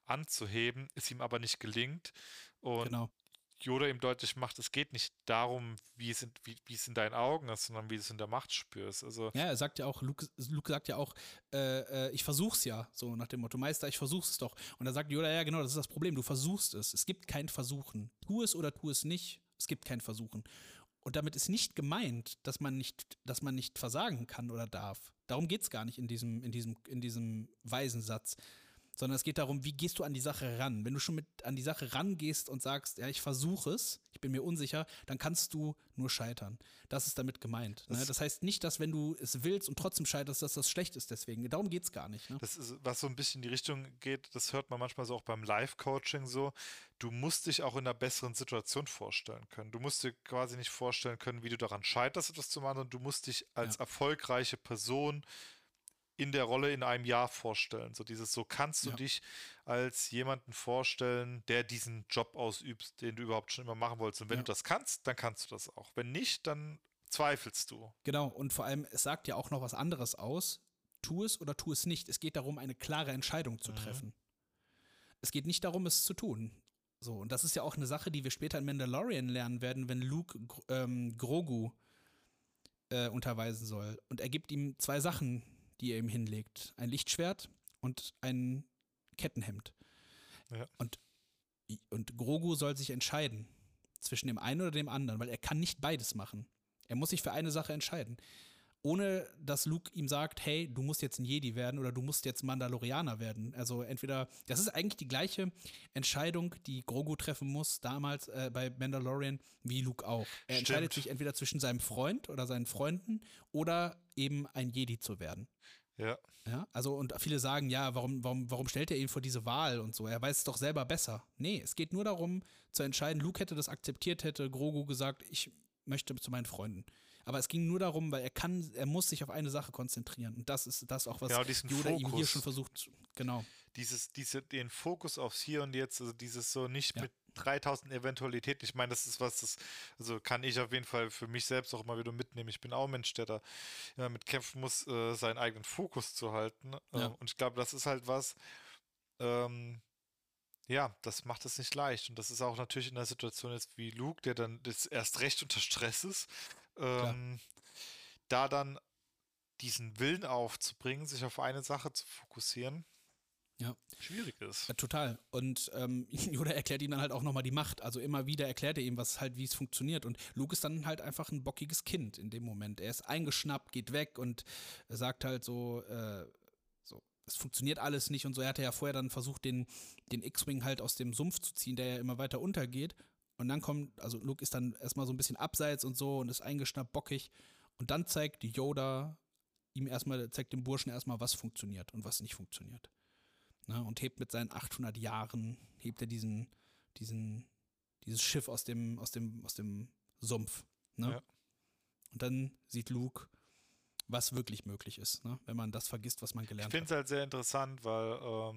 anzuheben, es ihm aber nicht gelingt und Genau. Yoda ihm deutlich macht, es geht nicht darum, wie es in deinen Augen ist, sondern wie du es in der Macht spürst. Also, Ja, er sagt ja auch, Luke sagt ja auch, ich versuch's ja, so nach dem Motto, Meister, ich versuch's es doch. Und dann sagt Yoda, ja, genau, das ist das Problem, du versuchst es. Es gibt kein Versuchen. Tu es oder tu es nicht, es gibt kein Versuchen. Und damit ist nicht gemeint, dass man nicht versagen kann oder darf. Darum geht's gar nicht in diesem weisen Satz. Sondern es geht darum, wie gehst du an die Sache ran? Wenn du schon an die Sache rangehst und sagst, ja, ich versuche es, ich bin mir unsicher, dann kannst du nur scheitern. Das ist damit gemeint. Ne? Das heißt nicht, dass wenn du es willst und trotzdem scheiterst, dass das schlecht ist deswegen. Darum geht es gar nicht. Ne? das ist, was so ein bisschen in die Richtung geht, das hört man manchmal so auch beim Live-Coaching so, du musst dich auch in einer besseren Situation vorstellen können. Du musst dir quasi nicht vorstellen können, wie du daran scheiterst, etwas zu machen, sondern du musst dich als Ja. erfolgreiche Person in der Rolle in einem Jahr vorstellen. So kannst du Ja. dich als jemanden vorstellen, der diesen Job ausübt, den du überhaupt schon immer machen wolltest. Und wenn Ja. du das kannst, dann kannst du das auch. Wenn nicht, dann zweifelst du. Genau, und vor allem, es sagt ja auch noch was anderes aus. Tu es oder tu es nicht. Es geht darum, eine klare Entscheidung zu treffen. Es geht nicht darum, es zu tun. So, und das ist ja auch eine Sache, die wir später in Mandalorian lernen werden, wenn Luke Grogu unterweisen soll. Und er gibt ihm 2 Sachen, die er ihm hinlegt. Ein Lichtschwert und ein Kettenhemd. Ja. Und Grogu soll sich entscheiden zwischen dem einen oder dem anderen, weil er kann nicht beides machen. Er muss sich für eine Sache entscheiden. Ohne dass Luke ihm sagt, hey, du musst jetzt ein Jedi werden oder du musst jetzt Mandalorianer werden. Also entweder, das ist eigentlich die gleiche Entscheidung, die Grogu treffen muss, damals bei Mandalorian, wie Luke auch. Er entscheidet sich entweder zwischen seinem Freund oder seinen Freunden oder eben ein Jedi zu werden. Ja. Ja, also und viele sagen, ja, warum stellt er ihn vor diese Wahl und so? Er weiß es doch selber besser. Nee, es geht nur darum zu entscheiden, Luke hätte das akzeptiert, hätte Grogu gesagt, ich möchte zu meinen Freunden. Aber es ging nur darum, weil er muss sich auf eine Sache konzentrieren. Und das ist das auch, was Yoda ihm hier schon versucht, genau. Den Fokus aufs Hier und Jetzt, also dieses so nicht Ja. mit 3000 Eventualitäten. Ich meine, das ist also kann ich auf jeden Fall für mich selbst auch immer wieder mitnehmen. Ich bin auch ein Mensch, der da immer mit kämpfen muss, seinen eigenen Fokus zu halten. Ja. Und ich glaube, das ist halt was, ja, das macht es nicht leicht. Und das ist auch natürlich in einer Situation jetzt wie Luke, der dann jetzt erst recht unter Stress ist, da dann diesen Willen aufzubringen, sich auf eine Sache zu fokussieren, Ja. schwierig ist. Ja, total. Und Yoda erklärt ihm dann halt auch nochmal die Macht. Also immer wieder erklärt er ihm, wie es funktioniert. Und Luke ist dann halt einfach ein bockiges Kind in dem Moment. Er ist eingeschnappt, geht weg und sagt halt so, es funktioniert alles nicht und so. Er hatte ja vorher dann versucht, den X-Wing halt aus dem Sumpf zu ziehen, der ja immer weiter untergeht. Und dann also Luke ist dann erstmal so ein bisschen abseits und so und ist eingeschnappt, bockig. Und dann zeigt Yoda zeigt dem Burschen erstmal, was funktioniert und was nicht funktioniert. Ne? Und hebt mit seinen 800 Jahren, hebt er dieses Schiff aus dem Sumpf. Ne? Ja. Und dann sieht Luke, was wirklich möglich ist, ne? Wenn man das vergisst, was man Ich gelernt finde hat. es halt sehr interessant, weil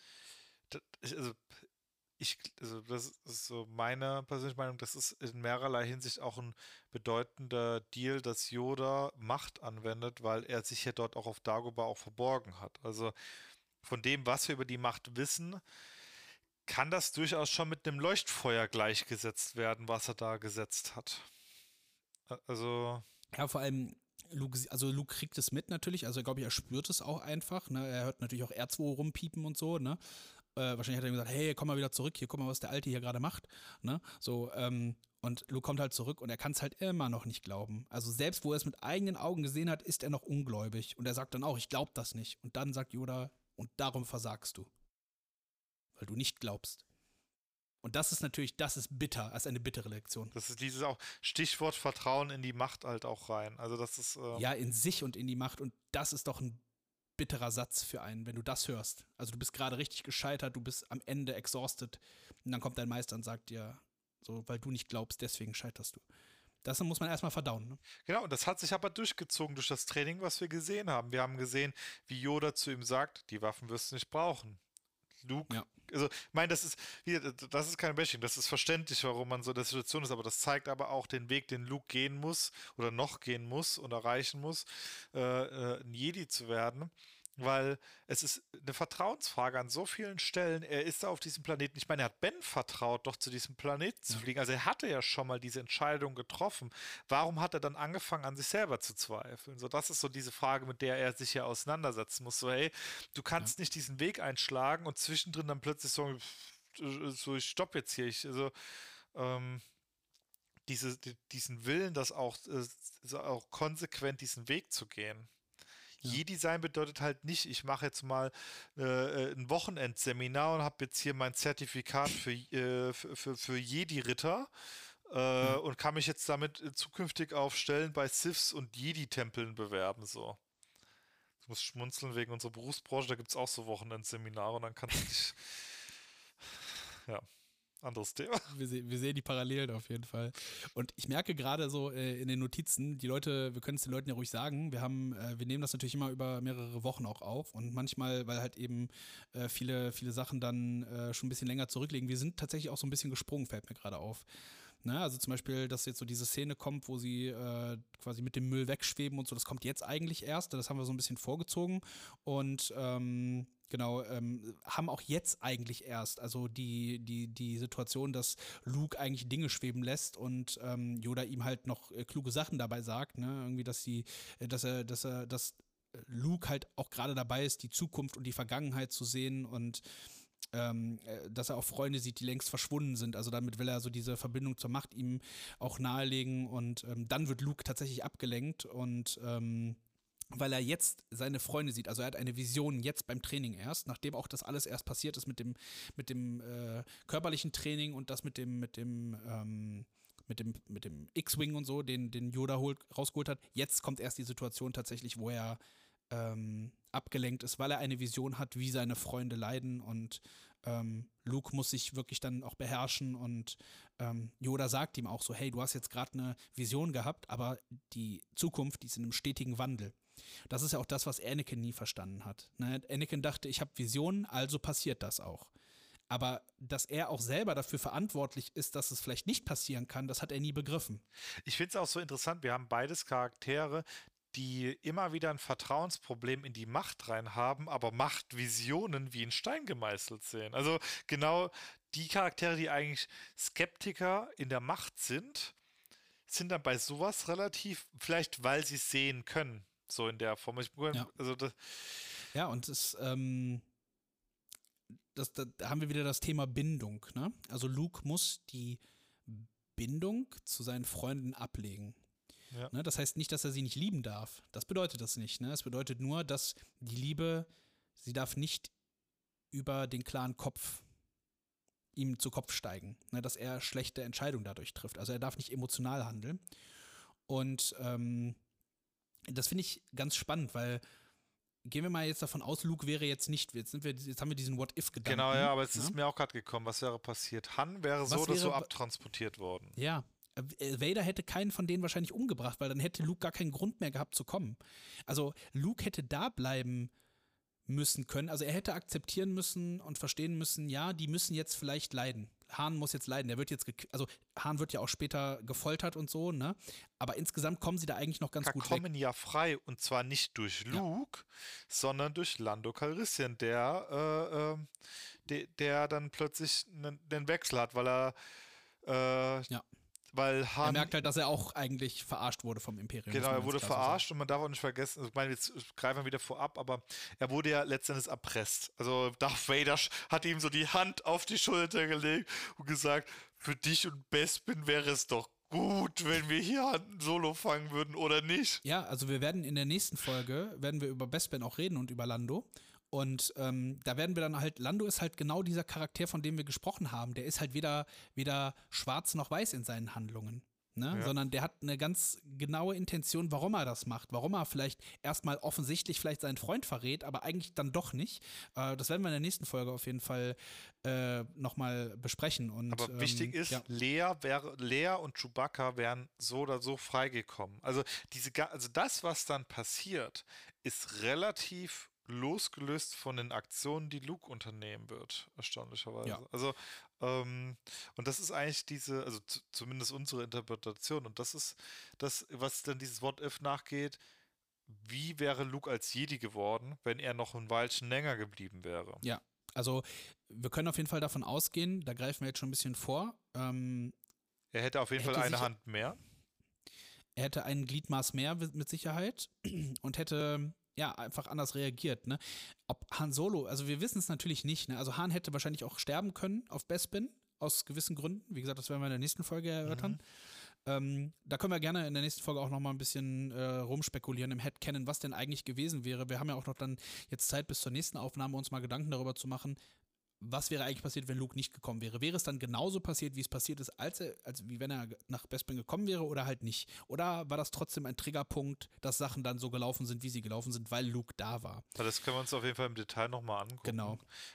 das ist so meine persönliche Meinung, das ist in mehrerlei Hinsicht auch ein bedeutender Deal, dass Yoda Macht anwendet, weil er sich ja dort auch auf Dagobah auch verborgen hat. Also von dem, was wir über die Macht wissen, kann das durchaus schon mit einem Leuchtfeuer gleichgesetzt werden, was er da gesetzt hat. Also, Ja, vor allem Luke kriegt es mit natürlich, also glaube ich, er spürt es auch einfach, ne? Er hört natürlich auch R2 rumpiepen und so, ne? Wahrscheinlich hat er ihm gesagt, hey, komm mal wieder zurück, hier, guck mal, was der Alte hier gerade macht, ne? So, und Luke kommt halt zurück und er kann es halt immer noch nicht glauben. Also selbst, wo er es mit eigenen Augen gesehen hat, ist er noch ungläubig. Und er sagt dann auch, ich glaub das nicht. Und dann sagt Yoda, und darum versagst du. Weil du nicht glaubst. Und das ist bitter, das ist eine bittere Lektion. das ist dieses auch Stichwort Vertrauen in die Macht halt auch rein. Also das ist Ja, in sich und in die Macht. Und das ist doch ein bitterer Satz für einen, wenn du das hörst. Also du bist gerade richtig gescheitert, du bist am Ende exhausted. Und dann kommt dein Meister und sagt dir, so, weil du nicht glaubst, deswegen scheiterst du. Das muss man erstmal verdauen. Ne? Genau, und das hat sich aber durchgezogen durch das Training, was wir gesehen haben. Wir haben gesehen, wie Yoda zu ihm sagt, die Waffen wirst du nicht brauchen. Luke, Ja. also, ich meine, das ist kein Bashing, das ist verständlich, warum man so in der Situation ist, aber das zeigt aber auch den Weg, den Luke gehen muss oder noch gehen muss und erreichen muss, ein Jedi zu werden. weil es ist eine Vertrauensfrage an so vielen Stellen. Er ist da auf diesem Planeten. Ich meine, er hat Ben vertraut, doch zu diesem Planeten zu Ja. fliegen. Also er hatte ja schon mal diese Entscheidung getroffen. Warum hat er dann angefangen, an sich selber zu zweifeln? So, das ist so diese Frage, mit der er sich ja auseinandersetzen muss. So, hey, du Ja. kannst nicht diesen Weg einschlagen und zwischendrin dann plötzlich so ich stopp jetzt hier. Ähm, diesen Willen, das auch, so auch konsequent diesen Weg zu gehen. Ja. Jedi-Sein bedeutet halt nicht, ich mache jetzt mal ein Wochenendseminar und habe jetzt hier mein Zertifikat für Jedi-Ritter Ja. und kann mich jetzt damit zukünftig auf Stellen bei Siths und Jedi-Tempeln bewerben. So. Ich muss schmunzeln wegen unserer Berufsbranche, da gibt es auch so Wochenendseminare und dann kannst du dich. Ja, anderes Thema. Wir sehen die Parallelen auf jeden Fall. Und ich merke gerade so in den Notizen, die Leute, wir können es den Leuten ja ruhig sagen, wir nehmen das natürlich immer über mehrere Wochen auch auf und manchmal, weil halt eben viele Sachen dann schon ein bisschen länger zurückliegen, wir sind tatsächlich auch so ein bisschen gesprungen, fällt mir gerade auf. Ne? Also zum Beispiel, dass jetzt so diese Szene kommt, wo sie quasi mit dem Müll wegschweben und so, das kommt jetzt eigentlich erst, das haben wir so ein bisschen vorgezogen und genau, haben auch jetzt eigentlich erst, also die Situation, dass Luke eigentlich Dinge schweben lässt und Yoda ihm halt noch kluge Sachen dabei sagt, ne, irgendwie, dass Luke halt auch gerade dabei ist, die Zukunft und die Vergangenheit zu sehen und dass er auch Freunde sieht, die längst verschwunden sind. Also damit will er so diese Verbindung zur Macht ihm auch nahelegen und dann wird Luke tatsächlich abgelenkt und weil er jetzt seine Freunde sieht. Also er hat eine Vision jetzt beim Training erst, nachdem auch das alles erst passiert ist mit dem körperlichen Training und das mit dem X-Wing und so, den Yoda rausgeholt hat. Jetzt kommt erst die Situation tatsächlich, wo er abgelenkt ist, weil er eine Vision hat, wie seine Freunde leiden und Luke muss sich wirklich dann auch beherrschen und Yoda sagt ihm auch so, hey, du hast jetzt gerade eine Vision gehabt, aber die Zukunft, die ist in einem stetigen Wandel. Das ist ja auch das, was Anakin nie verstanden hat. Ne? Anakin dachte, ich habe Visionen, also passiert das auch. Aber dass er auch selber dafür verantwortlich ist, dass es vielleicht nicht passieren kann, das hat er nie begriffen. Ich finde es auch so interessant, wir haben beides Charaktere, die immer wieder ein Vertrauensproblem in die Macht rein haben, aber Machtvisionen wie in Stein gemeißelt sehen. Also genau die Charaktere, die eigentlich Skeptiker in der Macht sind dann bei sowas relativ, vielleicht weil sie es sehen können, so in der Form. Ja. Also Ja, und da haben wir wieder das Thema Bindung. Ne? Also Luke muss die Bindung zu seinen Freunden ablegen. ja. Ne? Das heißt nicht, dass er sie nicht lieben darf. Das bedeutet das nicht. Ne? Es bedeutet nur, dass die Liebe, sie darf nicht über den klaren Kopf ihm zu Kopf steigen. Ne? Dass er schlechte Entscheidungen dadurch trifft. Also er darf nicht emotional handeln. Und das finde ich ganz spannend, weil gehen wir mal jetzt davon aus, Luke wäre jetzt nicht, jetzt haben wir diesen What-If-Gedanken. Genau, ja, aber es ja? ist mir auch gerade gekommen, was wäre passiert? Han wäre so oder so abtransportiert worden. Ja, Vader hätte keinen von denen wahrscheinlich umgebracht, weil dann hätte Luke gar keinen Grund mehr gehabt zu kommen. Also Luke hätte da bleiben müssen können. Also er hätte akzeptieren müssen und verstehen müssen, ja, die müssen jetzt vielleicht leiden. Han muss jetzt leiden. Also Han wird ja auch später gefoltert und so, ne? Aber insgesamt kommen sie da eigentlich noch ganz gut weg. kommen ja frei und zwar nicht durch Luke, sondern durch Lando Calrissian, der dann plötzlich den Wechsel hat, weil er weil Han. Er merkt halt, dass er auch eigentlich verarscht wurde vom Imperium. Genau, er wurde verarscht und man darf auch nicht vergessen, ich meine, jetzt greifen wir wieder vorab, aber er wurde ja letztendlich erpresst. Also Darth Vader hat ihm so die Hand auf die Schulter gelegt und gesagt, für dich und Bespin wäre es doch gut, wenn wir hier Han Solo fangen würden, oder nicht? Ja, also wir werden in der nächsten Folge, werden wir über Bespin auch reden und über Lando. Und da werden wir dann halt, Lando ist halt genau dieser Charakter, von dem wir gesprochen haben. Der ist halt weder schwarz noch weiß in seinen Handlungen. Ne? Ja. Sondern der hat eine ganz genaue Intention, warum er das macht. Warum er vielleicht erstmal offensichtlich vielleicht seinen Freund verrät, aber eigentlich dann doch nicht. Das werden wir in der nächsten Folge auf jeden Fall nochmal besprechen. Und, aber wichtig ist, ja. Leia und Chewbacca wären so oder so freigekommen. Also das, was dann passiert, ist relativ losgelöst von den Aktionen, die Luke unternehmen wird, erstaunlicherweise. Ja. Also, und das ist eigentlich also zumindest unsere Interpretation, und das ist das, was dann dieses What-If nachgeht. wie wäre Luke als Jedi geworden, wenn er noch ein Weilchen länger geblieben wäre? Ja, also wir können auf jeden Fall davon ausgehen, da greifen wir jetzt schon ein bisschen vor. Er hätte auf jeden Fall eine Hand mehr. Er hätte ein Gliedmaß mehr mit Sicherheit und hätte ja einfach anders reagiert. Ne? Ob Han Solo, also wir wissen es natürlich nicht. Ne? Also Han hätte wahrscheinlich auch sterben können auf Bespin aus gewissen Gründen. Wie gesagt, das werden wir in der nächsten Folge erörtern. Da können wir gerne in der nächsten Folge auch noch mal ein bisschen rumspekulieren im Headcanon, was denn eigentlich gewesen wäre. Wir haben ja auch noch dann jetzt Zeit bis zur nächsten Aufnahme, uns mal Gedanken darüber zu machen, was wäre eigentlich passiert, wenn Luke nicht gekommen wäre. Wäre es dann genauso passiert, wie es passiert ist, als wie wenn er nach Bespin gekommen wäre oder halt nicht? Oder war das trotzdem ein Triggerpunkt, dass Sachen dann so gelaufen sind, wie sie gelaufen sind, weil Luke da war? Ja, das können wir uns auf jeden Fall im Detail nochmal angucken. Genau.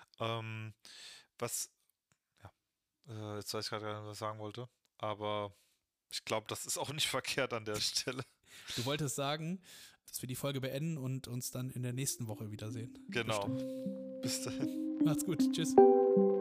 Jetzt weiß ich gerade gar nicht, was ich sagen wollte, aber ich glaube, das ist auch nicht verkehrt an der Stelle. Du wolltest sagen, dass wir die Folge beenden und uns dann in der nächsten Woche wiedersehen. Genau. Bestimmt. Bis dahin. Macht's gut. Tschüss.